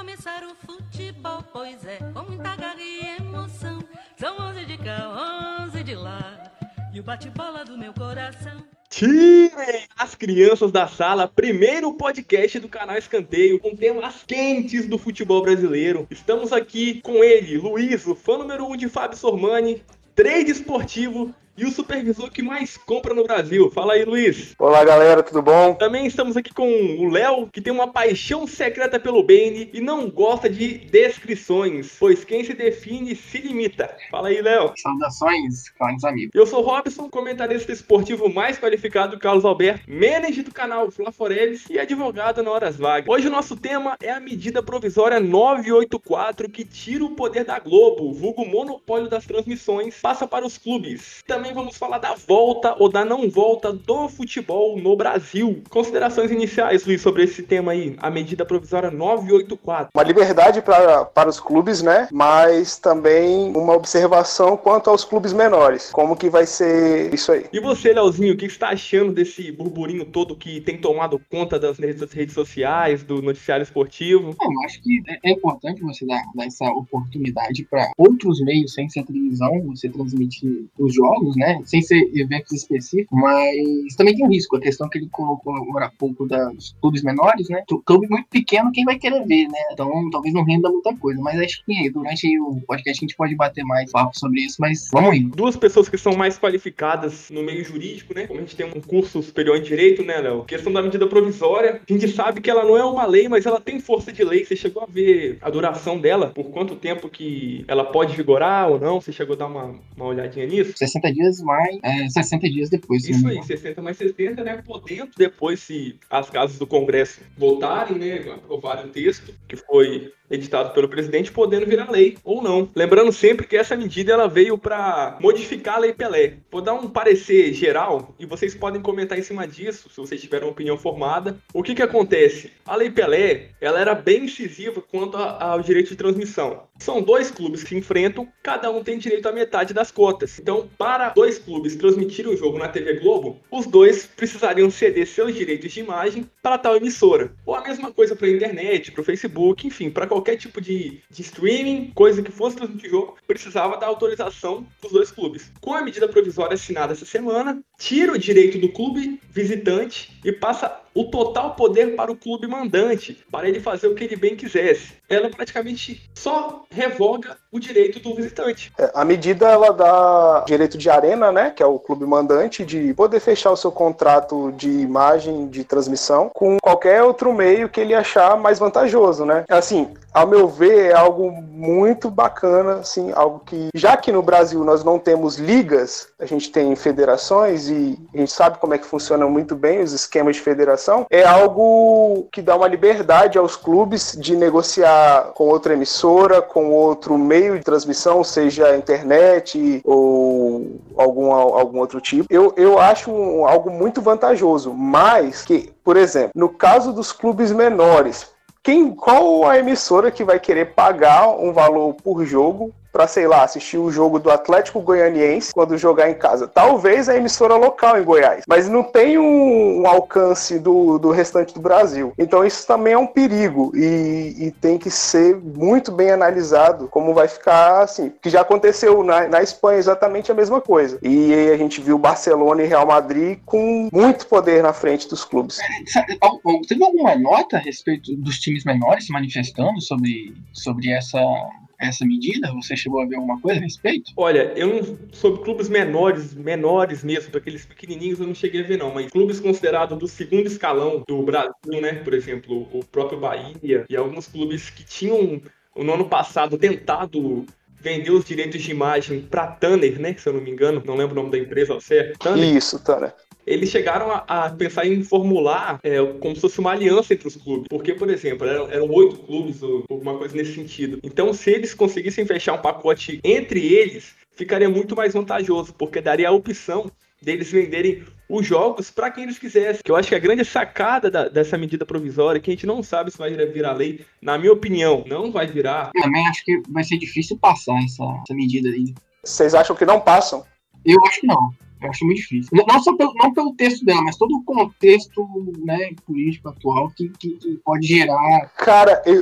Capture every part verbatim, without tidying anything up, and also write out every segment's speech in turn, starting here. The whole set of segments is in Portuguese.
começar o futebol, pois é, com muita garra e emoção. São onze de cá, onze de lá, e o bate-bola do meu coração. Tirem as crianças da sala, primeiro podcast do canal Escanteio, com temas quentes do futebol brasileiro. Estamos aqui com ele, Luiz, o fã número um de Fábio Sormani, trade esportivo e o supervisor que mais compra no Brasil. Fala aí, Luiz. Olá, galera, tudo bom? Também estamos aqui com o Léo, que tem uma paixão secreta pelo Bane e não gosta de descrições, pois quem se define se limita. Fala aí, Léo. Saudações, caros amigos. Eu sou o Robson, comentarista esportivo mais qualificado do Carlos Alberto, manager do canal Fla Forever e advogado na Horas Vagas. Hoje o nosso tema é a medida provisória novecentos e oitenta e quatro, que tira o poder da Globo, vulgo monopólio das transmissões, passa para os clubes. Também vamos falar da volta ou da não volta do futebol no Brasil. Considerações iniciais, Luiz, sobre esse tema aí, a medida provisória novecentos e oitenta e quatro. Uma liberdade pra, para os clubes, né? Mas também uma observação quanto aos clubes menores. Como que vai ser isso aí? E você, Leozinho, o que você está achando desse burburinho todo que tem tomado conta das redes sociais, do noticiário esportivo? Bom, eu acho que é importante você dar, dar essa oportunidade para outros meios, sem ser televisão, você transmitir os jogos, né? Sem ser eventos específicos, mas também tem um risco. A questão que ele colocou agora há pouco dos clubes menores, né? Clube muito pequeno, quem vai querer ver, né? Então talvez não renda muita coisa, mas acho que durante o podcast a gente pode bater mais papo sobre isso, mas vamos indo. Duas pessoas que são mais qualificadas no meio jurídico, né? Como a gente tem um curso superior em direito, né, Léo? Questão da medida provisória, a gente sabe que ela não é uma lei, mas ela tem força de lei. Você chegou a ver a duração dela? Por quanto tempo que ela pode vigorar ou não? Você chegou a dar uma, uma olhadinha nisso? sessenta dias mais, é, sessenta dias depois. Isso aí, sessenta mais sessenta, né? Podendo depois, se as casas do Congresso votarem, né? Aprovarem o texto que foi editado pelo presidente, podendo virar lei ou não. Lembrando sempre que essa medida ela veio para modificar a Lei Pelé. Vou dar um parecer geral e vocês podem comentar em cima disso, se vocês tiverem uma opinião formada. O que que acontece? A Lei Pelé, ela era bem incisiva quanto ao direito de transmissão. São dois clubes que se enfrentam, cada um tem direito à metade das cotas. Então, para dois clubes transmitirem o jogo na T V Globo, os dois precisariam ceder seus direitos de imagem para tal emissora. Ou a mesma coisa para a internet, para o Facebook, enfim, para qualquer tipo de, de streaming, coisa que fosse transmitir jogo, precisava da autorização dos dois clubes. Com a medida provisória assinada essa semana, tira o direito do clube visitante e passa o total poder para o clube mandante, para ele fazer o que ele bem quisesse. Ela praticamente só revoga o direito do visitante. É, a medida, ela dá direito de arena, né, que é o clube mandante, de poder fechar o seu contrato de imagem, de transmissão, com qualquer outro meio que ele achar mais vantajoso, né. Assim, ao meu ver, é algo muito bacana, assim, algo que, já que no Brasil nós não temos ligas, a gente tem federações e a gente sabe como é que funcionam muito bem os esquemas de federação, é algo que dá uma liberdade aos clubes de negociar com outra emissora, com outro meio de transmissão, seja internet ou algum, algum outro tipo. Eu, eu acho um, algo muito vantajoso, mas que, por exemplo, no caso dos clubes menores, Quem, qual a emissora que vai querer pagar um valor por jogo para, sei lá, assistir o jogo do Atlético Goianiense quando jogar em casa? Talvez a emissora local em Goiás, mas não tem um, um alcance do, do restante do Brasil. Então isso também é um perigo e, e tem que ser muito bem analisado como vai ficar, assim, que já aconteceu na, na Espanha exatamente a mesma coisa. E aí a gente viu Barcelona e Real Madrid com muito poder na frente dos clubes. Teve alguma nota a respeito dos times menores se manifestando sobre, sobre essa... essa medida? Você chegou a ver alguma coisa a respeito? Olha, eu não, sobre clubes menores, menores mesmo, aqueles pequenininhos eu não cheguei a ver não, mas clubes considerados do segundo escalão do Brasil, né, por exemplo, o próprio Bahia e alguns clubes que tinham, no ano passado, tentado vender os direitos de imagem para Tanner, né, se eu não me engano, não lembro o nome da empresa ao certo. Tanner. Isso, Tanner. Eles chegaram a, a pensar em formular é, como se fosse uma aliança entre os clubes. Porque, por exemplo, eram, eram oito clubes ou alguma coisa nesse sentido. Então, se eles conseguissem fechar um pacote entre eles, ficaria muito mais vantajoso, porque daria a opção deles venderem os jogos para quem eles quisessem. Que eu acho que a grande sacada da, dessa medida provisória, que a gente não sabe se vai virar lei, na minha opinião, não vai virar. Eu também acho que vai ser difícil passar essa, essa medida aí. Vocês acham que não passam? Eu acho que não. Eu acho muito difícil. Não só pelo, não pelo texto dela, mas todo o contexto, né, político atual que, que, que pode gerar. Cara, eu,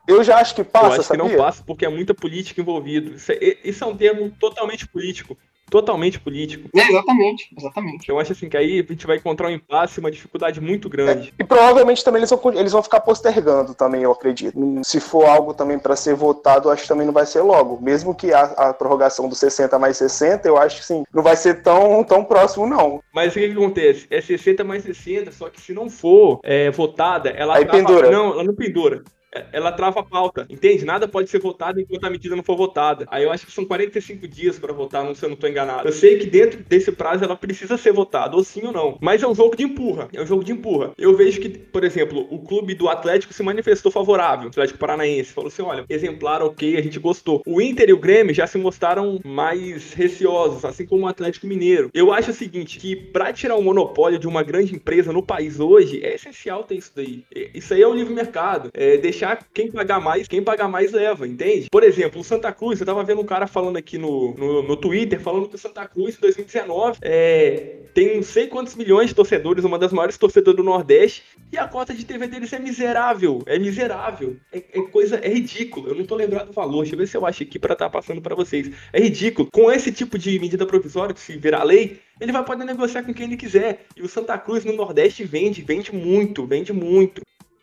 Eu já acho que passa, Eu acho sabia? que não passa porque é muita política envolvida. Isso é, isso é um termo totalmente político. Totalmente político. É, exatamente, exatamente. Eu acho assim que aí a gente vai encontrar um impasse, uma dificuldade muito grande. É, e provavelmente também eles vão, eles vão ficar postergando também, eu acredito. Se for algo também para ser votado, eu acho que também não vai ser logo. Mesmo que a, a prorrogação do sessenta mais sessenta, eu acho que sim, não vai ser tão, tão próximo, não. Mas o que, que acontece? É sessenta mais sessenta, só que se não for é, votada, ela aí trava... pendura. Não, ela não pendura. Ela trava a pauta, entende? Nada pode ser votado enquanto a medida não for votada. Aí eu acho que são quarenta e cinco dias pra votar, não, se eu não tô enganado. Eu sei que dentro desse prazo ela precisa ser votada, ou sim ou não. Mas é um jogo de empurra, é um jogo de empurra. Eu vejo que, por exemplo, o clube do Atlético se manifestou favorável, o Atlético Paranaense, falou assim, olha, exemplar, ok, a gente gostou. O Inter e o Grêmio já se mostraram mais receosos, assim como o Atlético Mineiro. Eu acho o seguinte, que pra tirar o monopólio de uma grande empresa no país hoje, é essencial ter isso daí. Isso aí é um livre mercado, é deixar quem pagar mais, quem pagar mais leva, entende? Por exemplo, o Santa Cruz, eu tava vendo um cara falando aqui no, no, no Twitter, falando que o Santa Cruz, em dois mil e dezenove, é, tem não sei quantos milhões de torcedores, uma das maiores torcedoras do Nordeste, e a cota de T V deles é miserável, é miserável, é, é coisa, é ridículo, eu não tô lembrado do valor, deixa eu ver se eu acho aqui pra estar passando pra vocês, é ridículo, com esse tipo de medida provisória, que se virar lei, ele vai poder negociar com quem ele quiser, e o Santa Cruz no Nordeste vende, vende muito, vende muito.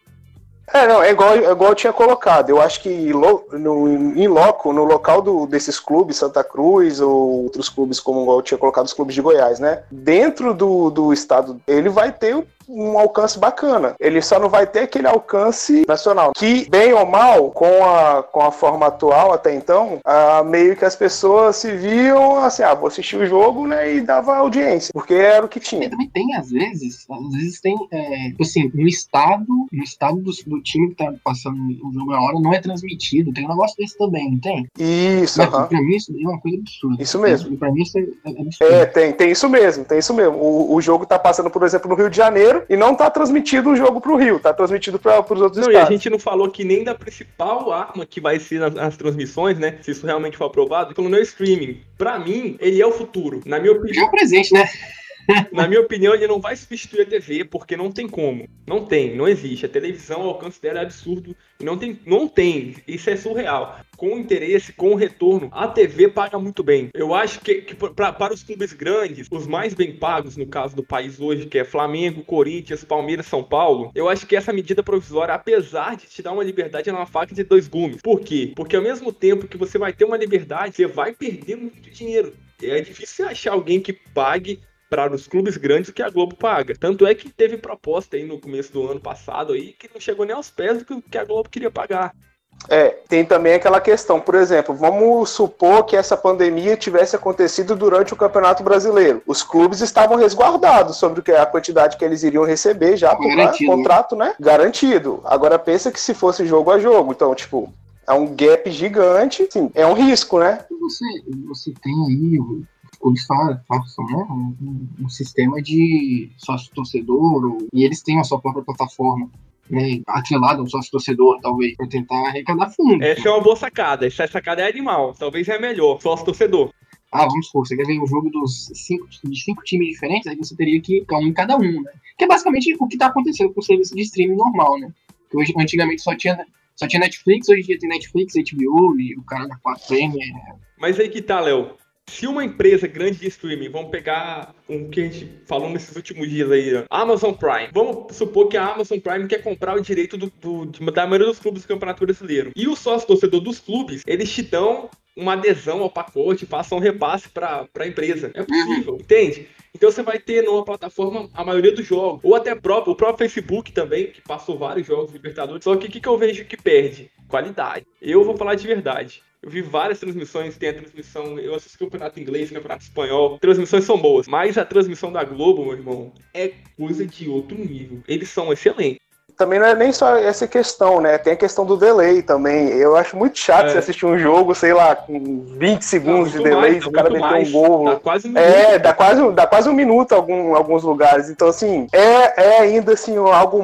É, não, é igual, é igual eu tinha colocado. Eu acho que lo, no, em loco, no local do, desses clubes, Santa Cruz ou outros clubes, como eu tinha colocado os clubes de Goiás, né? Dentro do, do estado, ele vai ter um alcance bacana. Ele só não vai ter aquele alcance nacional. Que, bem ou mal, com a, com a forma atual até então, a, meio que as pessoas se viam assim, ah, vou assistir o jogo, né, e dava audiência, porque era o que tinha. E também tem, às vezes, às vezes tem, é, assim, no estado, no estado do, do time que tá passando o jogo na hora, não é transmitido. Tem um negócio desse também, não tem? Isso, Mas, uh-huh. Pra mim isso é uma coisa absurda. Isso mesmo. Pra mim isso é, é absurdo. É, tem, tem isso mesmo, tem isso mesmo. O, o jogo tá passando, por exemplo, no Rio de Janeiro, e não tá transmitido o jogo pro Rio, tá transmitido para os outros não, estados. E a gente não falou que nem da principal arma que vai ser nas, nas transmissões, né? Se isso realmente for aprovado, falando no streaming. Pra mim, ele é o futuro. Na minha opinião. Já é o presente, né? Na minha opinião, ele não vai substituir a T V, porque não tem como. Não tem, não existe. A televisão, o alcance dela é absurdo. E não tem, não tem. Isso é surreal. Com o interesse, com o retorno, a T V paga muito bem. Eu acho que, que pra, para os clubes grandes, os mais bem pagos, no caso do país hoje, que é Flamengo, Corinthians, Palmeiras, São Paulo, eu acho que essa medida provisória, apesar de te dar uma liberdade, é uma faca de dois gumes. Por quê? Porque ao mesmo tempo que você vai ter uma liberdade, você vai perder muito dinheiro. É difícil achar alguém que pague para os clubes grandes o que a Globo paga. Tanto é que teve proposta aí no começo do ano passado aí que não chegou nem aos pés do que a Globo queria pagar. É, tem também aquela questão, por exemplo, vamos supor que essa pandemia tivesse acontecido durante o Campeonato Brasileiro. Os clubes estavam resguardados sobre a quantidade que eles iriam receber já por contrato, né? Garantido. Agora pensa que se fosse jogo a jogo, então, tipo, é um gap gigante, sim, é um risco, né? Você, você tem aí clubes façam, né, um, um, um sistema de sócio-torcedor, e eles têm a sua própria plataforma, né, atrelada ao sócio-torcedor, talvez, para tentar arrecadar fundos. Essa é uma boa sacada, essa sacada é animal, talvez é melhor, sócio-torcedor. Ah, vamos supor, você quer ver um jogo dos cinco, de cinco times diferentes, aí você teria que ficar um em cada um, né, que é basicamente o que está acontecendo com o serviço de streaming normal, né, que hoje, antigamente só tinha... Só tinha Netflix, hoje em dia tem Netflix, H B O e o cara da quatro M. É... Mas aí que tá, Léo. Se uma empresa grande de streaming, vamos pegar o que a gente falou nesses últimos dias aí, ó, Amazon Prime. Vamos supor que a Amazon Prime quer comprar o direito do, do, da maioria dos clubes do Campeonato Brasileiro. E o sócio-torcedor dos clubes, eles te dão uma adesão ao pacote, passam um repasse para a empresa. É possível, entende? Então você vai ter numa plataforma a maioria dos jogos. Ou até próprio, o próprio Facebook também, que passou vários jogos Libertadores. Só que o que, que eu vejo que perde? Qualidade. Eu vou falar de verdade. Eu vi várias transmissões, tem a transmissão, eu assisti campeonato inglês, campeonato espanhol, transmissões são boas, mas a transmissão da Globo, meu irmão, é coisa de outro nível. Eles são excelentes. Também não é nem só essa questão, né? Tem a questão do delay também. Eu acho muito chato é. você assistir um jogo, sei lá, com vinte segundos não, de delay, mais, o cara meter um gol. Dá quase um minuto. É, dá quase, dá quase um minuto em algum, alguns lugares. Então, assim, é, é ainda assim, algo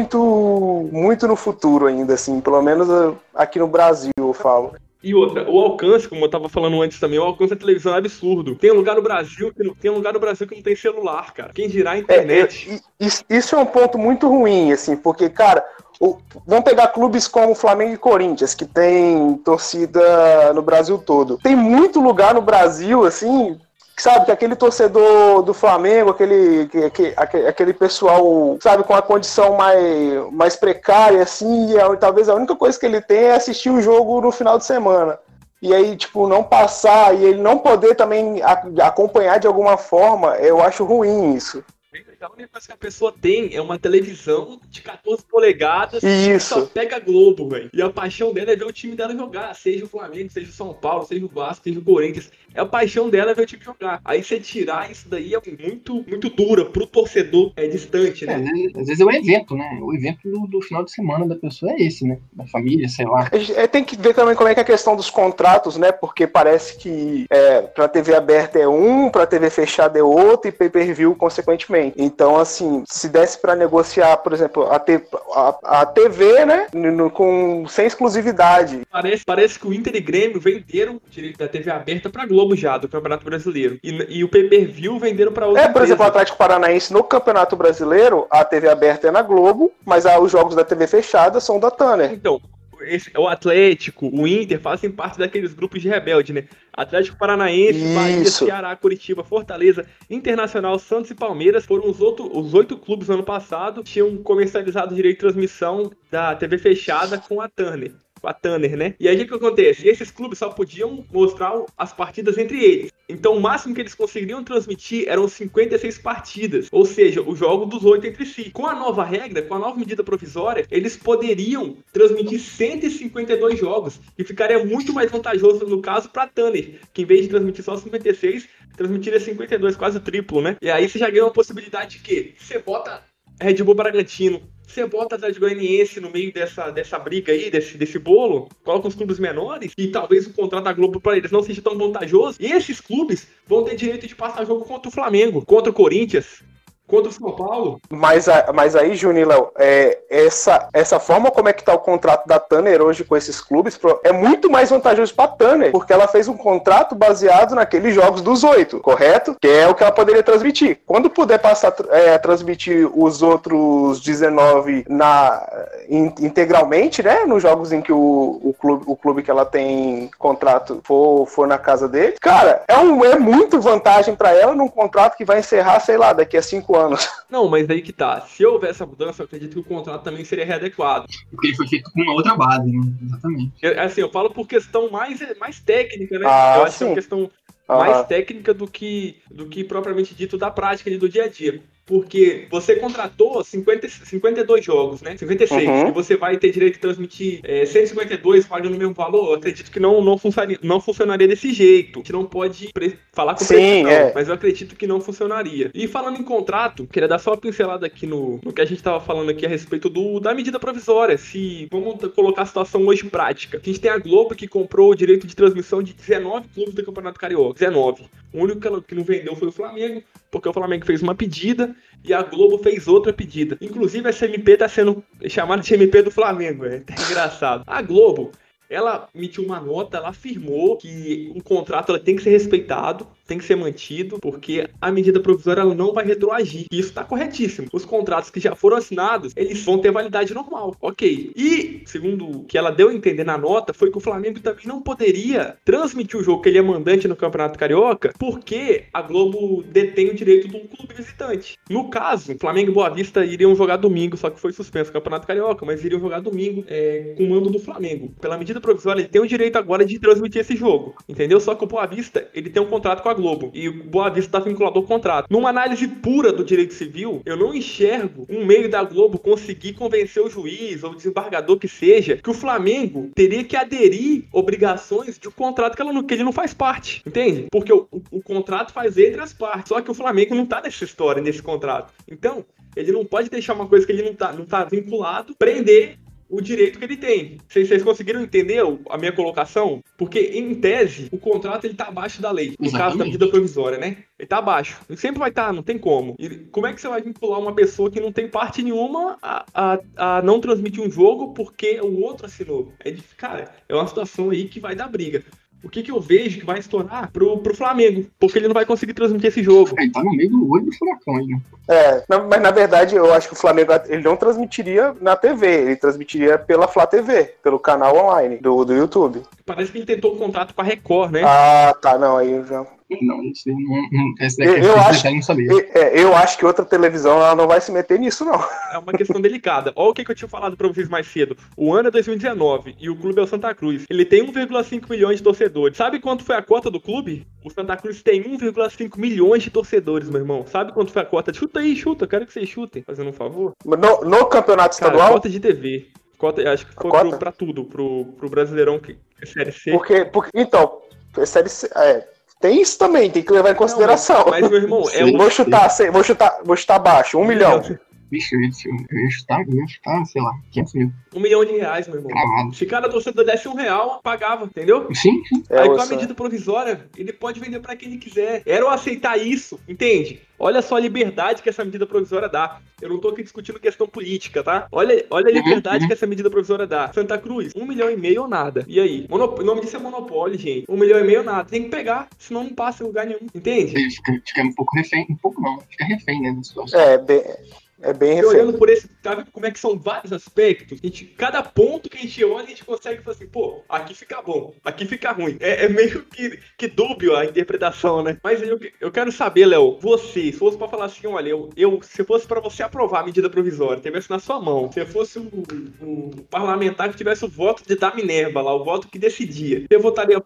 muito, muito no futuro ainda, assim. Pelo menos aqui no Brasil, eu falo. E outra, o alcance, como eu tava falando antes também, o alcance da televisão é absurdo. Tem lugar no Brasil que não, tem lugar no Brasil que não tem celular, cara. Quem dirá a internet. É, é, isso é um ponto muito ruim, assim, porque, cara, O, vamos pegar clubes como Flamengo e Corinthians, que tem torcida no Brasil todo. Tem muito lugar no Brasil, assim, sabe, que aquele torcedor do Flamengo, aquele, que, aquele, aquele pessoal, sabe, com a condição mais, mais precária, assim, e a, talvez a única coisa que ele tem é assistir o jogo no final de semana. E aí, tipo, não passar e ele não poder também a, acompanhar de alguma forma, eu acho ruim isso. A única coisa que a pessoa tem é uma televisão de quatorze polegadas Isso. que só pega Globo, velho. E a paixão dela é ver o time dela jogar, seja o Flamengo, seja o São Paulo, seja o Vasco, seja o Corinthians. É a paixão dela é ver o time jogar. Aí você tirar isso daí é muito, muito dura pro torcedor, é distante, né? É, às vezes é o evento, né? O evento do, do final de semana da pessoa é esse, né? Da família, sei lá. É, tem que ver também como é que é a questão dos contratos, né? Porque parece que é, pra T V aberta é um, pra T V fechada é outro e pay-per-view consequentemente. Então, assim, se desse pra negociar, por exemplo, a, T, a, a T V, né? No, com, sem exclusividade. Parece, parece que o Inter e Grêmio venderam o direito da T V aberta pra Globo já, do Campeonato Brasileiro. E, e o pay-per-view venderam pra outra É, por empresa. exemplo, o Atlético Paranaense no Campeonato Brasileiro, a T V aberta é na Globo, mas a, os jogos da T V fechada são da Tanner. Então, esse, o Atlético, o Inter fazem parte daqueles grupos de rebelde, né? Atlético Paranaense, Bahia, Isso. Ceará, Curitiba, Fortaleza, Internacional, Santos e Palmeiras foram os, outro, os oito clubes no ano passado que tinham comercializado o direito de transmissão da T V fechada com a Turner. Com a Tanner, né? E aí o que, que acontece? Esses clubes só podiam mostrar as partidas entre eles. Então o máximo que eles conseguiriam transmitir eram cinquenta e seis partidas. Ou seja, o jogo dos oito entre si. Com a nova regra, com a nova medida provisória, eles poderiam transmitir cento e cinquenta e dois jogos. E ficaria muito mais vantajoso no caso para a Tanner, que em vez de transmitir só cinquenta e seis, transmitiria cinquenta e dois, quase o triplo, né? E aí você já ganha uma possibilidade de que você bota Red Bull Bragantino, você bota Atlético Goianiense no meio dessa, dessa briga aí, desse, desse bolo, coloca os clubes menores e talvez o contrato da Globo para eles não seja tão vantajoso. E esses clubes vão ter direito de passar jogo contra o Flamengo, contra o Corinthians, contra o São Paulo. Mas, mas aí, Juninho, Léo, é, essa, essa forma como é que tá o contrato da Tanner hoje com esses clubes é muito mais vantajoso pra Tanner, porque ela fez um contrato baseado naqueles jogos dos oito, correto? Que é o que ela poderia transmitir. Quando puder passar é, transmitir os outros dezenove na, in, integralmente, né? Nos jogos em que o, o, clube, o clube que ela tem contrato for, for na casa dele, cara, é, um, é muito vantagem pra ela num contrato que vai encerrar, sei lá, daqui a cinco anos. Não, mas aí que tá. Se houver essa mudança, eu acredito que o contrato também seria readequado. Porque ele foi feito com uma outra base, né? Exatamente. Eu, assim, eu falo por questão mais, mais técnica, né? Ah, eu acho sim. que é uma questão Uhum. mais técnica do que, do que propriamente dito da prática ali do dia a dia. Porque você contratou cinquenta, cinquenta e dois jogos, né? cinquenta e seis. Uhum. E você vai ter direito de transmitir é, cento e cinquenta e dois pagando o mesmo valor. Eu acredito que não, não, funcionaria, não funcionaria desse jeito. A gente não pode pre- falar com Sim, precisão, é. mas eu acredito que não funcionaria. E falando em contrato, queria dar só uma pincelada aqui no, no que a gente estava falando aqui a respeito do, da medida provisória. Se vamos colocar a situação hoje prática. A gente tem a Globo que comprou o direito de transmissão de dezenove clubes do Campeonato Carioca. dezenove. O único que ela que não vendeu foi o Flamengo, porque o Flamengo fez uma pedida e a Globo fez outra pedida. Inclusive, essa M P tá sendo chamada de M P do Flamengo, é até engraçado. A Globo, ela emitiu uma nota, ela afirmou que um contrato ela tem que ser respeitado, tem que ser mantido, porque a medida provisória ela não vai retroagir. E isso está corretíssimo. Os contratos que já foram assinados, eles vão ter validade normal. Ok. E, segundo o que ela deu a entender na nota, foi que o Flamengo também não poderia transmitir o jogo que ele é mandante no Campeonato Carioca, porque a Globo detém o direito de um clube visitante. No caso, Flamengo e Boa Vista iriam jogar domingo, só que foi suspenso o Campeonato Carioca, mas iriam jogar domingo é, com o mando do Flamengo. Pela medida provisória, ele tem o direito agora de transmitir esse jogo, entendeu? Só que o Boa Vista, ele tem um contrato com a Globo, e o Boa Vista está vinculado ao contrato. Numa análise pura do direito civil, eu não enxergo um meio da Globo conseguir convencer o juiz ou o desembargador que seja, que o Flamengo teria que aderir obrigações de um contrato que, ela não, que ele não faz parte, entende? Porque o, o, o contrato faz entre as partes, só que o Flamengo não tá nessa história, nesse contrato. Então, ele não pode deixar uma coisa que ele não tá, não tá vinculado, prender o direito que ele tem. Vocês, vocês conseguiram entender a minha colocação? Porque, em tese, o contrato ele tá abaixo da lei. No Exatamente. caso da medida provisória, né? Ele tá abaixo. Ele sempre vai estar, tá, não tem como. E como é que você vai vincular uma pessoa que não tem parte nenhuma a, a, a não transmitir um jogo porque o outro assinou? É de, cara, é uma situação aí que vai dar briga. o que que eu vejo que vai estourar pro, pro Flamengo, porque ele não vai conseguir transmitir esse jogo. Ele tá no meio do olho do furacão aí, né? É, na- mas na verdade eu acho que o Flamengo ele não transmitiria na T V, ele transmitiria pela Flá T V, pelo canal online do, do YouTube. Parece que ele tentou um contrato com a Record, né? Ah, tá, não, aí eu já. Não, isso aí não, não, esse Eu, daqui eu esse acho, detalhe eu não sabia. eu, é, eu acho que outra televisão ela não vai se meter nisso, não. É uma questão delicada. Olha o que, que eu tinha falado pra vocês mais cedo. O ano é dois mil e dezenove e o clube é o Santa Cruz. Ele tem um vírgula cinco milhões de torcedores. Sabe quanto foi a cota do clube? O Santa Cruz tem um vírgula cinco milhões de torcedores, meu irmão. Sabe quanto foi a cota? Chuta aí, chuta. Quero que vocês chutem, fazendo um favor. No, no campeonato Cara, estadual? cota de T V. Cota, acho que foi cota? pro, pra tudo. Pro, pro Brasileirão, que é Série C. Porque, porque, então, série C, é, tem isso também, tem que levar em consideração. Não, mas, mas, meu irmão, é vou, um... chutar, sei, vou, chutar, vou chutar baixo, um milhão. Bicho, eu ia, eu ia chutar, eu ia chutar, sei lá, quinhentos mil. Um milhão de reais, meu irmão. Gravado. Se cada torcedor desse um real, pagava, entendeu? Sim, sim. É, Aí com a ouça. medida provisória, ele pode vender pra quem ele quiser. Era eu aceitar isso, entende? Olha só a liberdade que essa medida provisória dá. Eu não tô aqui discutindo questão política, tá? Olha, olha a liberdade uhum. que essa medida provisória dá. Santa Cruz, um milhão e meio ou nada. E aí? Monop... O nome disso é monopólio, gente. Um milhão e meio ou nada. Tem que pegar, senão não passa em lugar nenhum. Entende? Ele fica, fica um pouco refém, um pouco não, fica refém, né, da situação. É, bem, é bem E refém. olhando por esse, tá vendo como é que são vários aspectos? A gente, cada ponto que a gente olha, a gente consegue falar assim, pô, aqui fica bom, aqui fica ruim. É, é meio que, que dúbio a interpretação, né? Mas eu, eu quero saber, Léo, você, se fosse pra falar assim, olha, eu, eu se fosse pra você aprovar a medida provisória, tivesse na sua mão, se fosse o, o parlamentar que tivesse o voto de da Minerva lá, o voto que decidia, você votaria...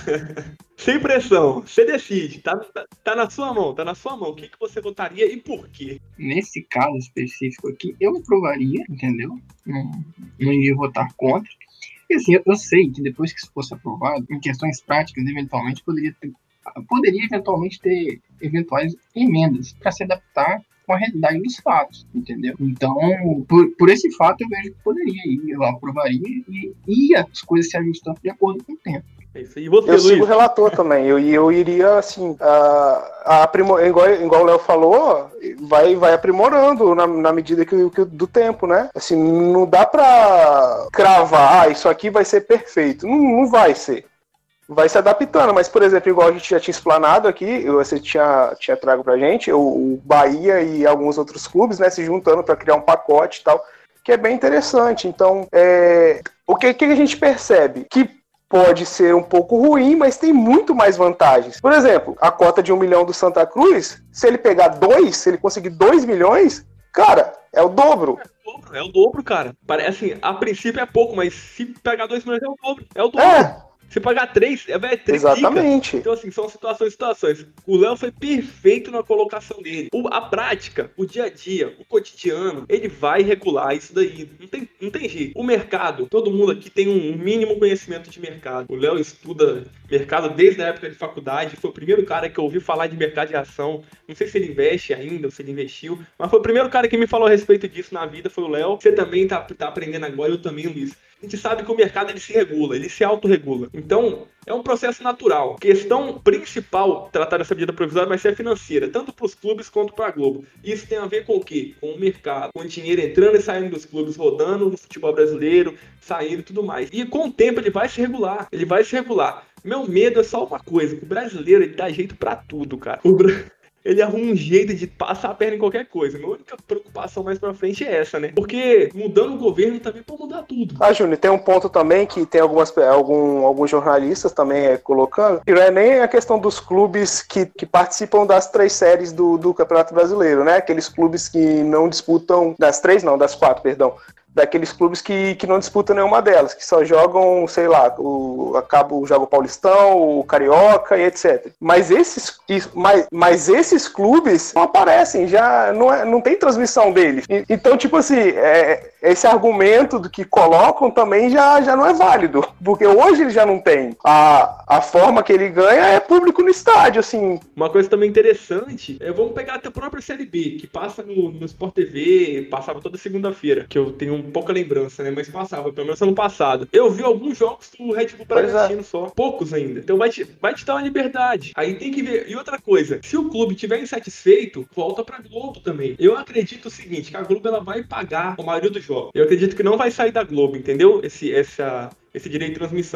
Sem pressão, você decide, tá, tá, tá na sua mão, tá na sua mão. O que, que você votaria e por quê? Nesse caso específico aqui, eu aprovaria, entendeu? Não, não iria votar contra. E assim, eu, eu sei que depois que isso fosse aprovado, em questões práticas, eventualmente, poderia ter, poderia eventualmente ter eventuais emendas para se adaptar com a realidade dos fatos, entendeu? Então, por, por esse fato, eu vejo que poderia ir, eu aprovaria e ia as coisas se ajustando de acordo com o tempo. É isso aí. E você, Eu Luiz? sigo o relator também. Eu, eu iria, assim, a, a aprimor, igual, igual o Léo falou, vai, vai aprimorando na, na medida que, que do tempo, né? Assim, não dá pra cravar, ah, isso aqui vai ser perfeito. Não, não vai ser. Vai se adaptando, mas, por exemplo, igual a gente já tinha explanado aqui, você tinha, tinha trago pra gente, o, o Bahia e alguns outros clubes, né, se juntando para criar um pacote e tal, que é bem interessante. Então, é, o que, que a gente percebe? Que pode ser um pouco ruim, mas tem muito mais vantagens. Por exemplo, a cota de um milhão do Santa Cruz, se ele pegar dois, se ele conseguir dois milhões, cara, é o dobro. É o dobro, é o dobro, cara. Parece, assim, a princípio é pouco, mas se pegar dois milhões é o dobro. É o dobro. É. Se pagar três, é, é três. Exatamente. Então, assim, são situações e situações. O Léo foi perfeito na colocação dele. O, a prática, o dia a dia, o cotidiano, ele vai regular isso daí. Não tem, não tem jeito. O mercado, todo mundo aqui tem um mínimo conhecimento de mercado. O Léo estuda mercado desde a época de faculdade. Foi o primeiro cara que eu ouvi falar de mercado de ação. Não sei se ele investe ainda ou se ele investiu, mas foi o primeiro cara que me falou a respeito disso na vida, foi o Léo. Você também tá, tá aprendendo agora, eu também, Luiz. A gente sabe que o mercado ele se regula, ele se autorregula. Então, é um processo natural. A questão principal tratar dessa medida provisória vai ser a financeira, tanto para os clubes quanto para a Globo. Isso tem a ver com o quê? Com o mercado, com o dinheiro entrando e saindo dos clubes, rodando no futebol brasileiro, saindo e tudo mais. E com o tempo ele vai se regular, ele vai se regular. Meu medo é só uma coisa, o brasileiro ele dá jeito para tudo, cara. O Bra... Ele arruma um jeito de passar a perna em qualquer coisa. Minha única preocupação mais pra frente é essa, né? Porque mudando o governo também pode mudar tudo. Ah, Júnior, tem um ponto também que tem algumas, algum, alguns jornalistas também é, colocando, que não é nem a questão dos clubes que, que participam das três séries do, do Campeonato Brasileiro, né? Aqueles clubes que não disputam, das três não, das quatro, perdão. Daqueles clubes que, que não disputam nenhuma delas, que só jogam, sei lá, o, acaba o jogo Paulistão, o Carioca e etcétera. Mas esses, mas, mas esses clubes não aparecem, já não, é, não tem transmissão deles. E, então, tipo assim, é, esse argumento do que colocam também já, já não é válido, porque hoje ele já não tem. A, a forma que ele ganha é público no estádio, assim. Uma coisa também interessante, é, vamos pegar até a própria Série B, que passa no, no Sport T V, passava toda segunda-feira, que eu tenho pouca lembrança, né? Mas passava, pelo menos ano passado. Eu vi alguns jogos do Red Bull Bragantino é. só. Poucos ainda. Então vai te, vai te dar uma liberdade. Aí tem que ver. E outra coisa, se o clube estiver insatisfeito, volta pra Globo também. Eu acredito o seguinte, que a Globo ela vai pagar a maioria dos jogos. Eu acredito que não vai sair da Globo, entendeu? Esse, essa, esse direito de transmissão.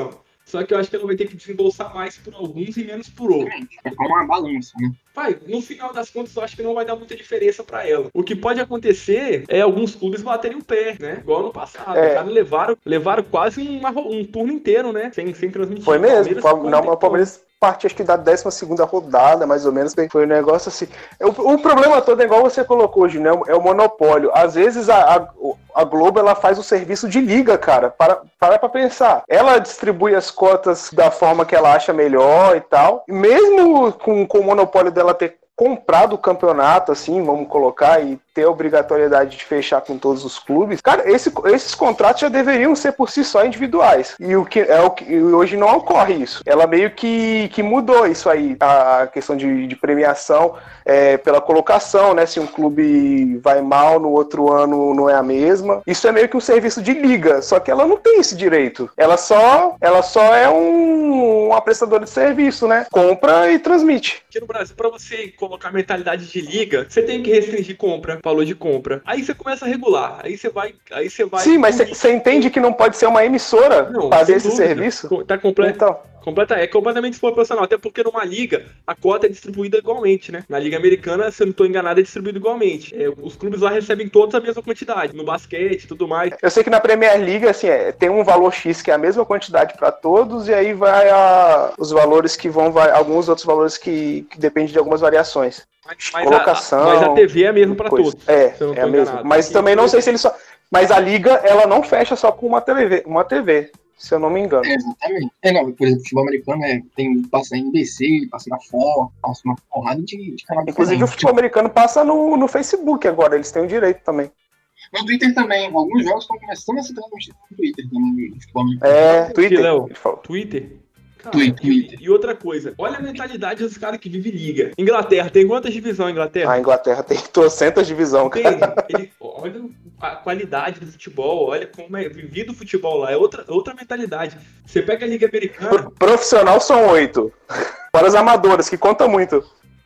Só que eu acho que ela vai ter que desembolsar mais por alguns e menos por outros. Vai ficar uma balança, né? Vai, no final das contas, eu acho que não vai dar muita diferença pra ela. O que pode acontecer é alguns clubes baterem o pé, né? Igual no passado. É. Os caras levaram, levaram quase uma, um turno inteiro, né? Sem, sem transmitir. Foi mesmo. Foi, não, o Palmeiras Palmeiras parte, acho que da décima segunda rodada, mais ou menos, foi um negócio assim. O, o problema todo é igual você colocou hoje, né? É o monopólio. Às vezes a, a, a Globo, ela faz o serviço de liga, cara. Para, para pra pensar. Ela distribui as cotas da forma que ela acha melhor e tal. Mesmo com, com o monopólio dela ter comprado o campeonato, assim, vamos colocar, e ter a obrigatoriedade de fechar com todos os clubes, cara, esse, esses contratos já deveriam ser por si só individuais. E o que é o que hoje não ocorre isso. Ela meio que, que mudou isso aí, a questão de, de premiação é, pela colocação, né? Se um clube vai mal, no outro ano não é a mesma. Isso é meio que um serviço de liga, só que ela não tem esse direito. Ela só, ela só é um, uma prestadora de serviço, né? Compra e transmite. Aqui no Brasil, para você colocar mentalidade de liga, você tem que restringir compra, valor de compra. Aí você começa a regular. Aí você vai. Aí você vai. Sim, mas você entende que não pode ser uma emissora não, fazer esse dúvida. serviço? Tá completo. Então. Completa, é completamente desproporcional, até porque numa liga a cota é distribuída igualmente, né? Na liga americana, se eu não estou enganado, é distribuído igualmente. É, os clubes lá recebem todos a mesma quantidade, no basquete e tudo mais. Eu sei que na Premier League, assim, é, tem um valor X que é a mesma quantidade para todos, e aí vai a, os valores que vão, vai, alguns outros valores que, que dependem de algumas variações. Mas, mas Colocação. A, mas a T V é a mesma para todos. É, é a mesma. Mas também não sei se ele só. Mas a liga, ela não fecha só com uma T V, uma T V. Se eu não me engano. É, exatamente. É, não, por exemplo, o futebol americano é, tem, passa N B C, passa na Fox, passa uma porrada de, de canal. Inclusive o futebol americano passa no, no Facebook agora, eles têm o direito também. No Twitter também, alguns jogos estão começando a se transmitir no Twitter também, no futebol americano. É, Twitter. Léo, Twitter? Cara, Twitter. E outra coisa, olha a mentalidade dos caras que vivem liga. Inglaterra, tem quantas divisões, Inglaterra? A Inglaterra tem trocentas divisões, cara. Ele, olha a qualidade do futebol, olha como é vivido o futebol lá, é outra, outra mentalidade. Você pega a Liga Americana... Profissional são oito. Para os amadores, que conta muito.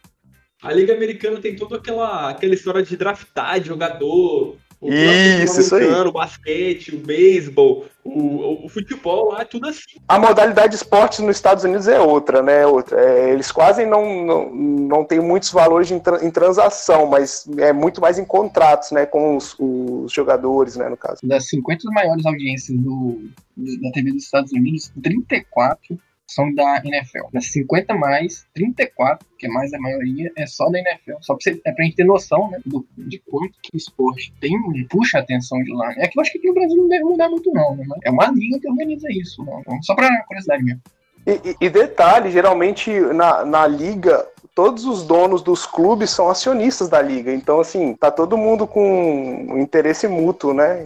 A Liga Americana tem toda aquela, aquela história de draftar de jogador... O isso, isso aí. O basquete, o beisebol, o, o, o futebol lá, é tudo assim. A modalidade de esportes nos Estados Unidos é outra, né? Outra. É, eles quase não, não, não têm muitos valores em, tra- em transação, mas é muito mais em contratos, né? Com os, os jogadores, né? No caso. Das cinquenta maiores audiências do, do, da T V dos Estados Unidos, trinta e quatro são da N F L. Das cinquenta mais, trinta e quatro, que é mais da maioria, é só da N F L. Só pra, você, é pra gente ter noção, né, do, de quanto que o esporte tem, puxa a atenção de lá. É que eu acho que aqui no Brasil não deve mudar muito não, né? É uma liga que organiza isso, né? Então, só pra curiosidade mesmo. E, e, e detalhe, geralmente na, na liga, todos os donos dos clubes são acionistas da liga. Então, assim, tá todo mundo com um interesse mútuo, né?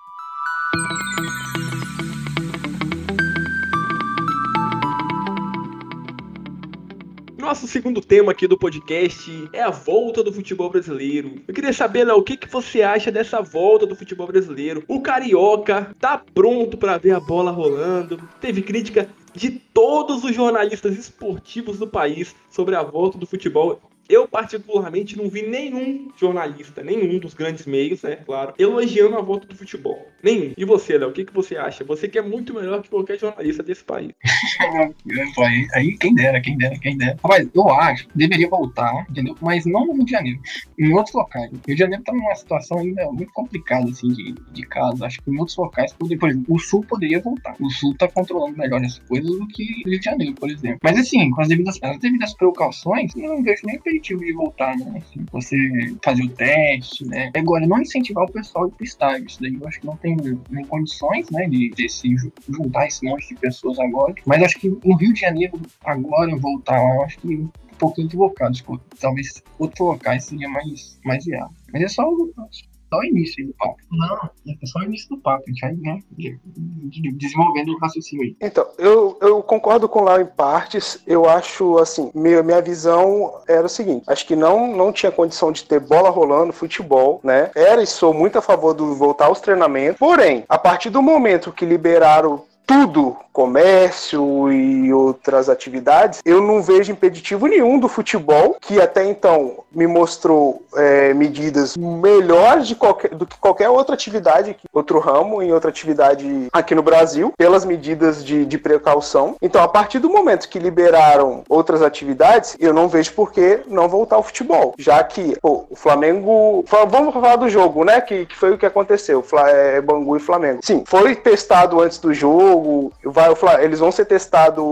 Nosso segundo tema aqui do podcast é a volta do futebol brasileiro. Eu queria saber, Léo, o que, que você acha dessa volta do futebol brasileiro? O Carioca tá pronto para ver a bola rolando. Teve crítica de todos os jornalistas esportivos do país sobre a volta do futebol. Eu, particularmente, não vi nenhum jornalista, nenhum dos grandes meios, né, claro, elogiando a volta do futebol. Nenhum. E você, Léo, o que, que você acha? Você que é muito melhor que qualquer jornalista desse país. aí, aí, quem dera, quem dera, quem dera. Mas eu acho que deveria voltar, entendeu? Mas não no Rio de Janeiro, em outros locais. O Rio de Janeiro tá numa situação ainda muito complicada, assim, de, de casos. Acho que em outros locais, por exemplo, o Sul poderia voltar. O Sul tá controlando melhor essas coisas do que o Rio de Janeiro, por exemplo. Mas assim, com as devidas, as devidas precauções, eu não vejo nem perigo de voltar, né? Assim, você fazer o teste, né? Agora, não incentivar o pessoal a ir pro estádio. Isso daí eu acho que não tem nem condições, né? De, de se juntar esse monte de pessoas agora. Mas acho que no Rio de Janeiro, agora voltar lá, eu acho que um pouquinho equivocado. Tipo, talvez outros locais seria mais, mais viável. Mas é só o. Só o início do papo. Não, é só o início do papo. A gente vai, né, desenvolvendo o raciocínio aí. Então, eu, eu concordo com o Léo em partes. Eu acho, assim, minha, minha visão era o seguinte. Acho que não, não tinha condição de ter bola rolando, futebol, né? Era e sou muito a favor do voltar aos treinamentos. Porém, a partir do momento que liberaram tudo, comércio e outras atividades, eu não vejo impeditivo nenhum do futebol, que até então me mostrou é, medidas melhores de qualquer, do que qualquer outra atividade, outro ramo em outra atividade aqui no Brasil, pelas medidas de, de precaução. Então, a partir do momento que liberaram outras atividades, eu não vejo por que não voltar ao futebol, já que pô, o Flamengo... Vamos falar do jogo, né? Que, que foi o que aconteceu, é, Bangu e Flamengo. Sim, foi testado antes do jogo, vai, eles vão ser testados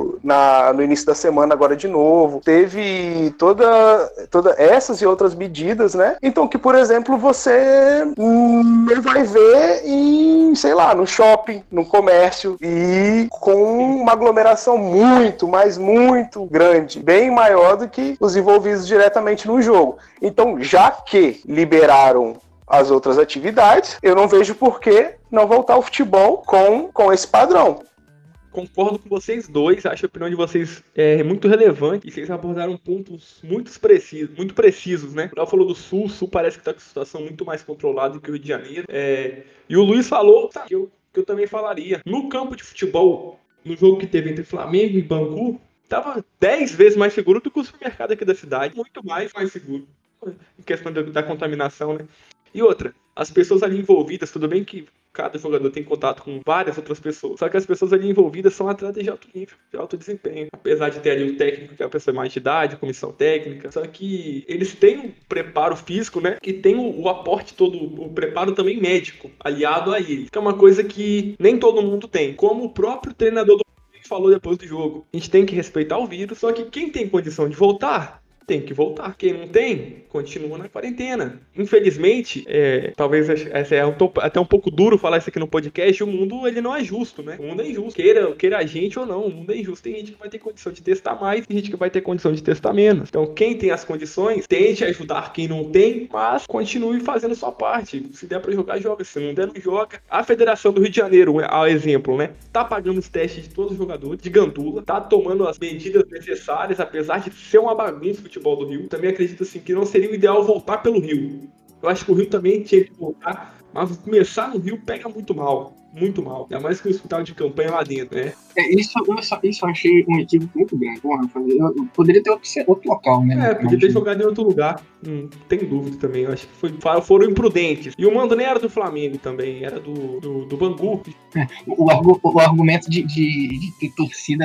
na, no início da semana agora de novo. Teve toda, toda essas e outras medidas, né? Então que, por exemplo, você hum, vai ver em, sei lá, no shopping, no comércio, e com uma aglomeração muito, mas muito grande, bem maior do que os envolvidos diretamente no jogo. Então, já que liberaram as outras atividades, eu não vejo por que não voltar ao futebol com, com esse padrão. Concordo com vocês dois, acho a opinião de vocês é, muito relevante e vocês abordaram pontos muito precisos, muito precisos, né? O Léo falou do Sul, o Sul parece que está com a situação muito mais controlada do que o Rio de Janeiro. É, e o Luiz falou que eu, que eu também falaria. No campo de futebol, no jogo que teve entre Flamengo e Bangu, estava dez vezes mais seguro do que o supermercado aqui da cidade, muito mais, mais seguro, em questão da, da contaminação, né? E outra, as pessoas ali envolvidas, tudo bem que cada jogador tem contato com várias outras pessoas, só que as pessoas ali envolvidas são atletas de alto nível, de alto desempenho. Apesar de ter ali o técnico, que é a pessoa mais de idade, comissão técnica, só que eles têm um preparo físico, né, que tem o, o aporte todo, o preparo também médico, aliado a ele, que é uma coisa que nem todo mundo tem, como o próprio treinador do falou depois do jogo. A gente tem que respeitar o vírus, só que quem tem condição de voltar, tem que voltar. Quem não tem, continua na quarentena. Infelizmente, é, talvez essa é até um pouco duro falar isso aqui no podcast, o mundo ele não é justo, né? O mundo é injusto. Queira, queira a gente ou não, o mundo é injusto. Tem gente que vai ter condição de testar mais, tem gente que vai ter condição de testar menos. Então, quem tem as condições, tente ajudar quem não tem, mas continue fazendo sua parte. Se der pra jogar, joga. Se não der, não joga. A Federação do Rio de Janeiro, ao exemplo, né? Tá pagando os testes de todos os jogadores, de gandula, tá tomando as medidas necessárias, apesar de ser uma bagunça o futebol do Rio. Também acredito assim que não seria o ideal voltar pelo Rio. Eu acho que o Rio também tinha que voltar, mas começar no Rio pega muito mal, muito mal. Ainda mais que o hospital de campanha lá dentro, né? É, isso, isso, isso eu achei um equívoco muito grande. Porra, eu, eu poderia ter outro, outro local, né? É, podia ter jogado em outro lugar. Hum, tem dúvida também. Eu acho que foi, foram imprudentes. E o mando nem era do Flamengo também, era do, do, do Bangu. É, o, o, o argumento de, de, de ter torcida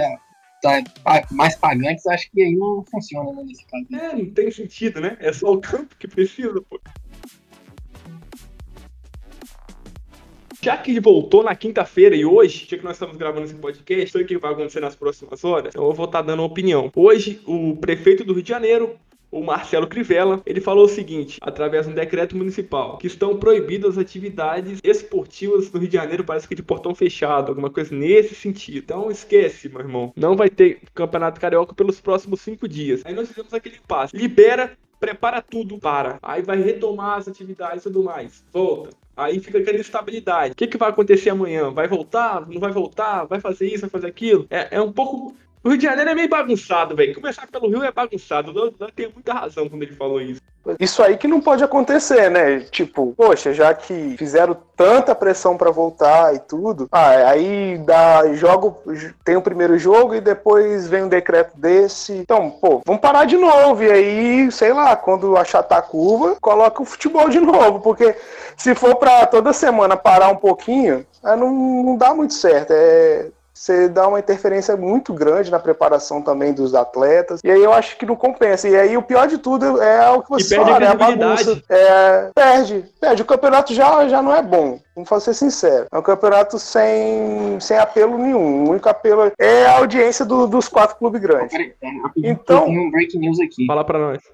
mais pagantes, acho que aí não funciona, né, nesse caso. É, não tem sentido, né? É só o campo que precisa, pô. Já que ele voltou na quinta-feira e hoje, dia que nós estamos gravando esse podcast, sei o que vai acontecer nas próximas horas, então eu vou estar dando uma opinião. Hoje, o prefeito do Rio de Janeiro, o Marcelo Crivella, ele falou o seguinte, através de um decreto municipal, que estão proibidas as atividades esportivas no Rio de Janeiro, parece que de portão fechado, alguma coisa nesse sentido. Então esquece, meu irmão, não vai ter Campeonato Carioca pelos próximos cinco dias. Aí nós fizemos aquele passo, libera, prepara tudo para, aí vai retomar as atividades e tudo mais, volta. Aí fica aquela instabilidade. O que, que vai acontecer amanhã? Vai voltar? Não vai voltar? Vai fazer isso? Vai fazer aquilo? É, é um pouco... O Rio de Janeiro é meio bagunçado, velho. Começar pelo Rio é bagunçado. O Dan tem muita razão quando ele falou isso. Isso aí que não pode acontecer, né? Tipo, poxa, já que fizeram tanta pressão pra voltar e tudo, ah, aí dá jogo, tem o primeiro jogo e depois vem um decreto desse. Então, pô, vamos parar de novo. E aí, sei lá, quando achatar a curva, coloca o futebol de novo. Porque se for pra toda semana parar um pouquinho, não, não dá muito certo. É... Você dá uma interferência muito grande na preparação também dos atletas. E aí eu acho que não compensa. E aí o pior de tudo é o que você fala, é a bagunça. É, perde, perde. O campeonato já, já não é bom. Vamos ser sinceros. É um campeonato sem, sem apelo nenhum. O único apelo é a audiência do, dos quatro clubes grandes. Então, tem um breaking news aqui. Fala pra nós.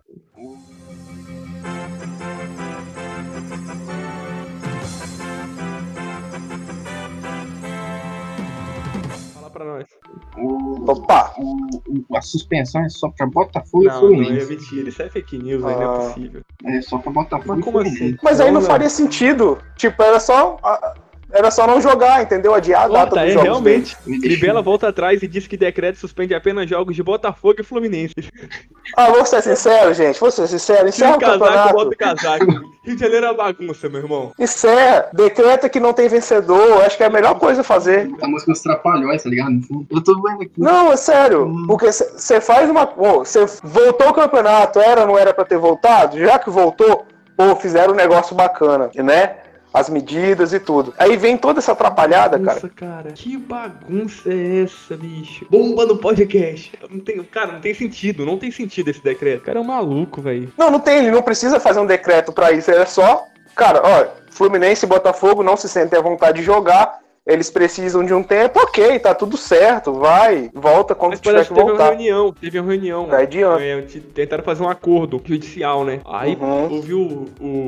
Pra nós. O, Opa! O, o, a suspensão é só pra Botafogo não, e Fluminense. Não, é mentira. Isso é fake news, ah. aí não é possível. É só pra Botafogo Mas e como Fluminense. assim? Mas aí não, não faria sentido. Tipo, era só... Era só não jogar, entendeu? Adiar a Pô, data tá, dos é, jogos realmente. dele. Crivella volta atrás e diz que decreto suspende apenas jogos de Botafogo e Fluminense. Ah, vou ser sincero, gente. Vou ser sincero. Encerra Tira o o casaco, campeonato. bota o casaco. Rio de Janeiro é bagunça, meu irmão. Encerra. Decreta que não tem vencedor. Acho que é a melhor coisa a fazer. A música dos Trapalhões, tá ligado? Eu tô vendo aqui. Não, é sério. Porque você faz uma... Você voltou o campeonato. Era ou não era pra ter voltado? Já que voltou, pô, fizeram um negócio bacana, né? As medidas e tudo. Aí vem toda essa atrapalhada, Nossa, cara. cara. Que bagunça é essa, bicho? Bomba no podcast. Não tem, cara, não tem sentido. Não tem sentido esse decreto. O cara é um maluco, velho. Não, não tem. Ele não precisa fazer um decreto pra isso. É só... Cara, ó, Fluminense e Botafogo não se sentem à vontade de jogar. Eles precisam de um tempo, ok, tá tudo certo, vai, volta quando Mas tiver parece que que teve uma voltar. reunião, teve uma reunião. Vai adiante. É, t- tentaram fazer um acordo judicial, né? Aí Uhum. ouviu o,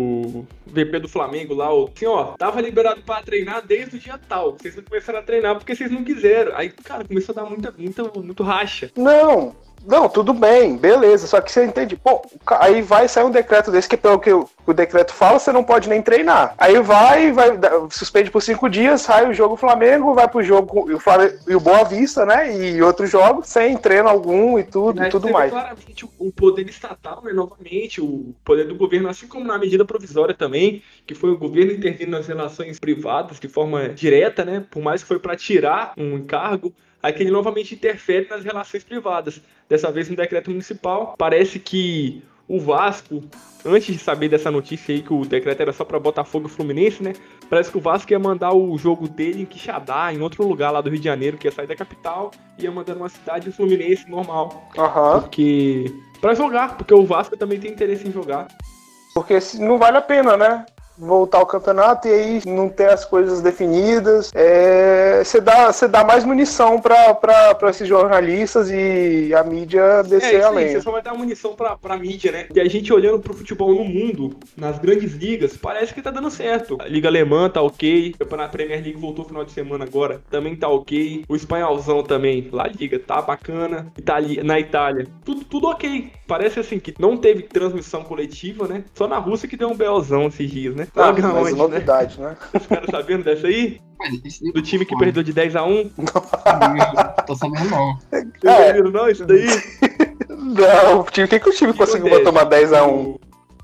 o V P do Flamengo lá, o assim, ó, tava liberado pra treinar desde o dia tal. Vocês não começaram a treinar porque vocês não quiseram. Aí, cara, começou a dar muita, muita, muito racha. Não, não, tudo bem, beleza, só que você entende, pô, aí vai sair um decreto desse, que pelo que o, o decreto fala, você não pode nem treinar. Aí vai, vai, suspende por cinco dias, sai o jogo Flamengo, vai pro jogo e o, Flamengo, e o Boa Vista, né, e outros jogos, sem treino algum e tudo, Mas e tudo teve mais. claramente o, o poder estatal, né, novamente, o poder do governo, assim como na medida provisória também, que foi o governo intervindo nas relações privadas de forma direta, né, por mais que foi para tirar um encargo, aí que ele novamente interfere nas relações privadas. Dessa vez no decreto municipal. Parece que o Vasco, antes de saber dessa notícia aí que o decreto era só para Botafogo e Fluminense, né? Parece que o Vasco ia mandar o jogo dele em Quixadá, em outro lugar lá do Rio de Janeiro, que ia sair da capital, e ia mandar numa cidade Fluminense normal. Aham. Porque... Pra jogar, porque o Vasco também tem interesse em jogar. Porque se- não vale a pena, né? Voltar ao campeonato e aí não ter as coisas definidas. É, você dá, você dá mais munição para esses jornalistas e a mídia descer É, isso aí, além. você só vai dar munição pra, pra mídia, né? E a gente olhando pro futebol no mundo, nas grandes ligas, parece que tá dando certo. A Liga Alemã tá ok, o Campeonato Premier League voltou no final de semana agora, também tá ok. O Espanholzão também, La Liga, tá bacana. Itali- na Itália, tudo, tudo ok. Parece assim que não teve transmissão coletiva, né? Só na Rússia que deu um belzão esses dias, né? Ah, Logo mas aonde, é novidade, né? né? Os caras sabendo dessa aí? Mas esse Do time que perdeu de dez a um? Tô sabendo não. Vocês É. não viram não isso daí? Não, o time, o que, que o time Que conseguiu acontece? tomar dez a um? O-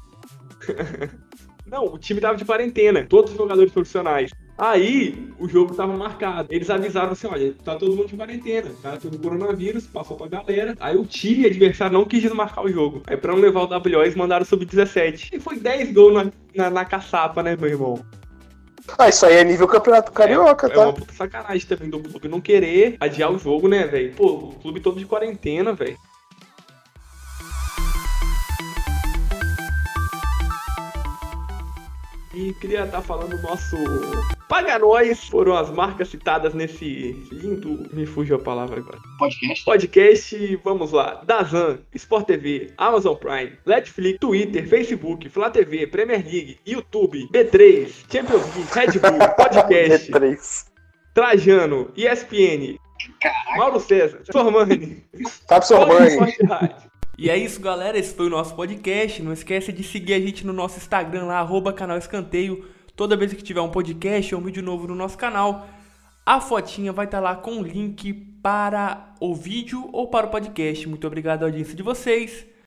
Não, o time tava de quarentena, todos os jogadores profissionais. Aí, o jogo tava marcado. Eles avisaram assim, olha, tá todo mundo de quarentena. O cara teve o coronavírus, passou pra galera. Aí o time adversário não quis desmarcar o jogo. Aí pra não levar o W O, eles mandaram o sub dezessete. E foi dez gols na, na, na caçapa, né, meu irmão? Ah, isso aí é nível campeonato carioca, É tá? uma puta sacanagem também do clube não querer adiar o jogo, né, velho? Pô, o clube todo de quarentena, velho. E queria estar falando do nosso Paga Nós. Foram as marcas citadas nesse lindo... Me fugiu a palavra agora. Podcast? Podcast, vamos lá. Dazan, Sport T V, Amazon Prime, Netflix, Twitter, Facebook, Flá T V, Premier League, YouTube, B três, Champions League, Red Bull, Podcast, B três. Trajano, E S P N, Mauro César, Sormani, Tá, Sormani. Esporte Rádio. E é isso, galera. Esse foi o nosso podcast. Não esquece de seguir a gente no nosso Instagram lá, arroba canal Escanteio. Toda vez que tiver um podcast ou um vídeo novo no nosso canal, a fotinha vai estar lá com o link para o vídeo ou para o podcast. Muito obrigado à audiência de vocês.